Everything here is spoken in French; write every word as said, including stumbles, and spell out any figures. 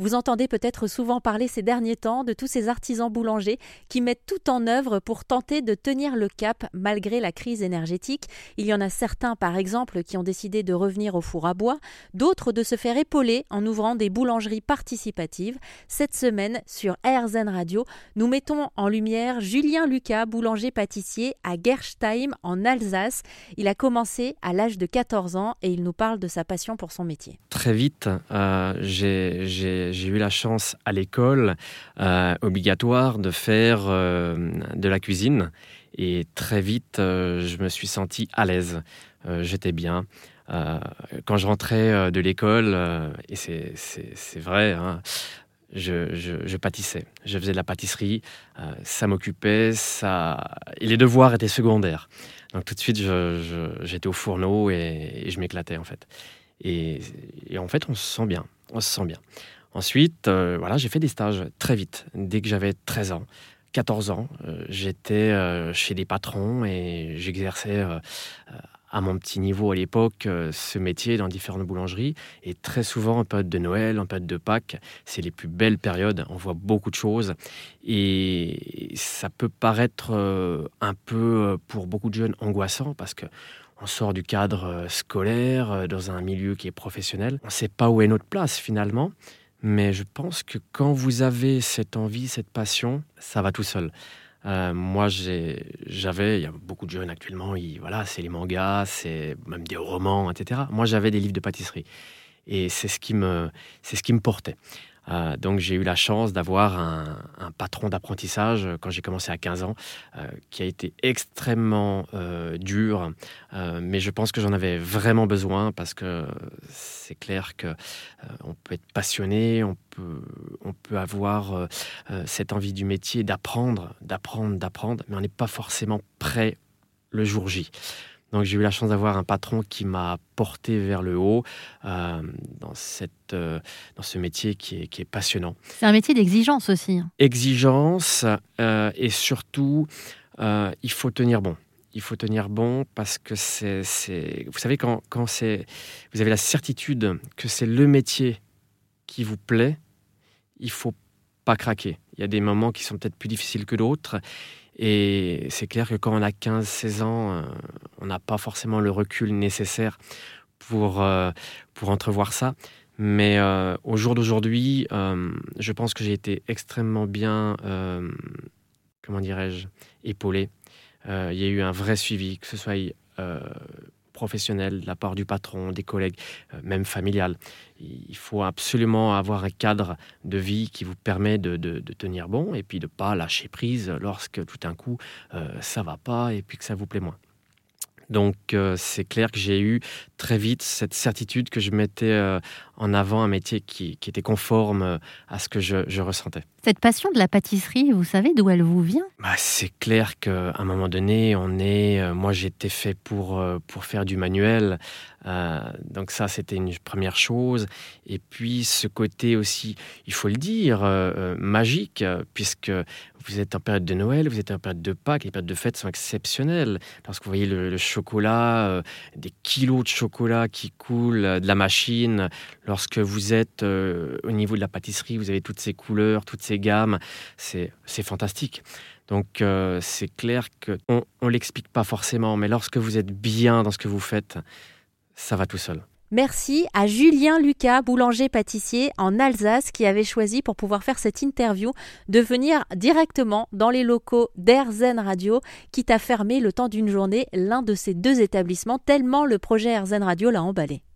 Vous entendez peut-être souvent parler ces derniers temps de tous ces artisans boulangers qui mettent tout en œuvre pour tenter de tenir le cap malgré la crise énergétique. Il y en a certains, par exemple, qui ont décidé de revenir au four à bois, d'autres de se faire épauler en ouvrant des boulangeries participatives. Cette semaine, sur R Z N Radio, nous mettons en lumière Julien Lucas, boulanger-pâtissier à Gerstheim en Alsace. Il a commencé à l'âge de quatorze ans et il nous parle de sa passion pour son métier. Très vite, euh, j'ai, j'ai, j'ai eu la chance à l'école euh, obligatoire de faire euh, de la cuisine et très vite, euh, je me suis senti à l'aise. Euh, j'étais bien. Euh, quand je rentrais de l'école, euh, et c'est, c'est, c'est vrai, hein, je, je, je pâtissais. Je faisais de la pâtisserie, euh, ça m'occupait, ça... et les devoirs étaient secondaires. Donc tout de suite, je, je, j'étais au fourneau et, et je m'éclatais en fait. Et, et en fait, on se sent bien. On se sent bien. Ensuite, euh, voilà, j'ai fait des stages très vite. Dès que j'avais treize ans, quatorze ans, euh, j'étais euh, chez des patrons et j'exerçais euh, à mon petit niveau à l'époque euh, ce métier dans différentes boulangeries. Et très souvent, en période de Noël, en période de Pâques, c'est les plus belles périodes. On voit beaucoup de choses. Et ça peut paraître euh, un peu, pour beaucoup de jeunes, angoissant parce que on sort du cadre scolaire, dans un milieu qui est professionnel. On ne sait pas où est notre place finalement, mais je pense que quand vous avez cette envie, cette passion, ça va tout seul. Euh, moi, j'ai, j'avais, il y a beaucoup de jeunes actuellement, ils, voilà, c'est les mangas, c'est même des romans, et cetera. Moi, j'avais des livres de pâtisserie et c'est ce qui me, c'est ce qui me portait. Euh, donc j'ai eu la chance d'avoir un, un patron d'apprentissage quand j'ai commencé à quinze ans euh, qui a été extrêmement euh, dur, euh, mais je pense que j'en avais vraiment besoin parce que c'est clair que euh, on peut être passionné, on peut, on peut avoir euh, cette envie du métier d'apprendre, d'apprendre, d'apprendre, mais on n'est pas forcément prêt le jour J. Donc j'ai eu la chance d'avoir un patron qui m'a porté vers le haut euh, dans, cette, euh, dans ce métier qui est, qui est passionnant. C'est un métier d'exigence aussi. Exigence euh, et surtout, euh, il faut tenir bon. Il faut tenir bon parce que c'est... c'est... Vous savez, quand, quand c'est... vous avez la certitude que c'est le métier qui vous plaît, il ne faut pas craquer. Il y a des moments qui sont peut-être plus difficiles que d'autres. Et c'est clair que quand on a quinze seize ans, euh, on n'a pas forcément le recul nécessaire pour, euh, pour entrevoir ça. Mais euh, au jour d'aujourd'hui, euh, je pense que j'ai été extrêmement bien, euh, comment dirais-je, épaulé. Euh, il y a eu un vrai suivi, que ce soit euh, professionnel de la part du patron, des collègues, euh, même familial. Il faut absolument avoir un cadre de vie qui vous permet de, de, de tenir bon et puis de ne pas lâcher prise lorsque tout d'un coup euh, ça ne va pas et puis que ça vous plaît moins. Donc euh, c'est clair que j'ai eu très vite cette certitude que je mettais euh, en avant un métier qui, qui était conforme euh, à ce que je, je ressentais. Cette passion de la pâtisserie, vous savez d'où elle vous vient ? Bah, c'est clair qu'à un moment donné, on est, euh, moi j'étais fait pour, euh, pour faire du manuel, euh, donc ça c'était une première chose. Et puis ce côté aussi, il faut le dire, euh, euh, magique, euh, puisque vous êtes en période de Noël, vous êtes en période de Pâques, les périodes de fête sont exceptionnelles. Lorsque vous voyez le, le chocolat, euh, des kilos de chocolat qui coulent euh, de la machine, lorsque vous êtes euh, au niveau de la pâtisserie, vous avez toutes ces couleurs, toutes ces gammes, c'est, c'est fantastique. Donc euh, c'est clair qu'on ne l'explique pas forcément, mais lorsque vous êtes bien dans ce que vous faites, ça va tout seul. Merci à Julien Lucas, boulanger-pâtissier en Alsace, qui avait choisi pour pouvoir faire cette interview de venir directement dans les locaux d'R Z N Radio, quitte à fermer le temps d'une journée l'un de ces deux établissements, tellement le projet R Z N Radio l'a emballé.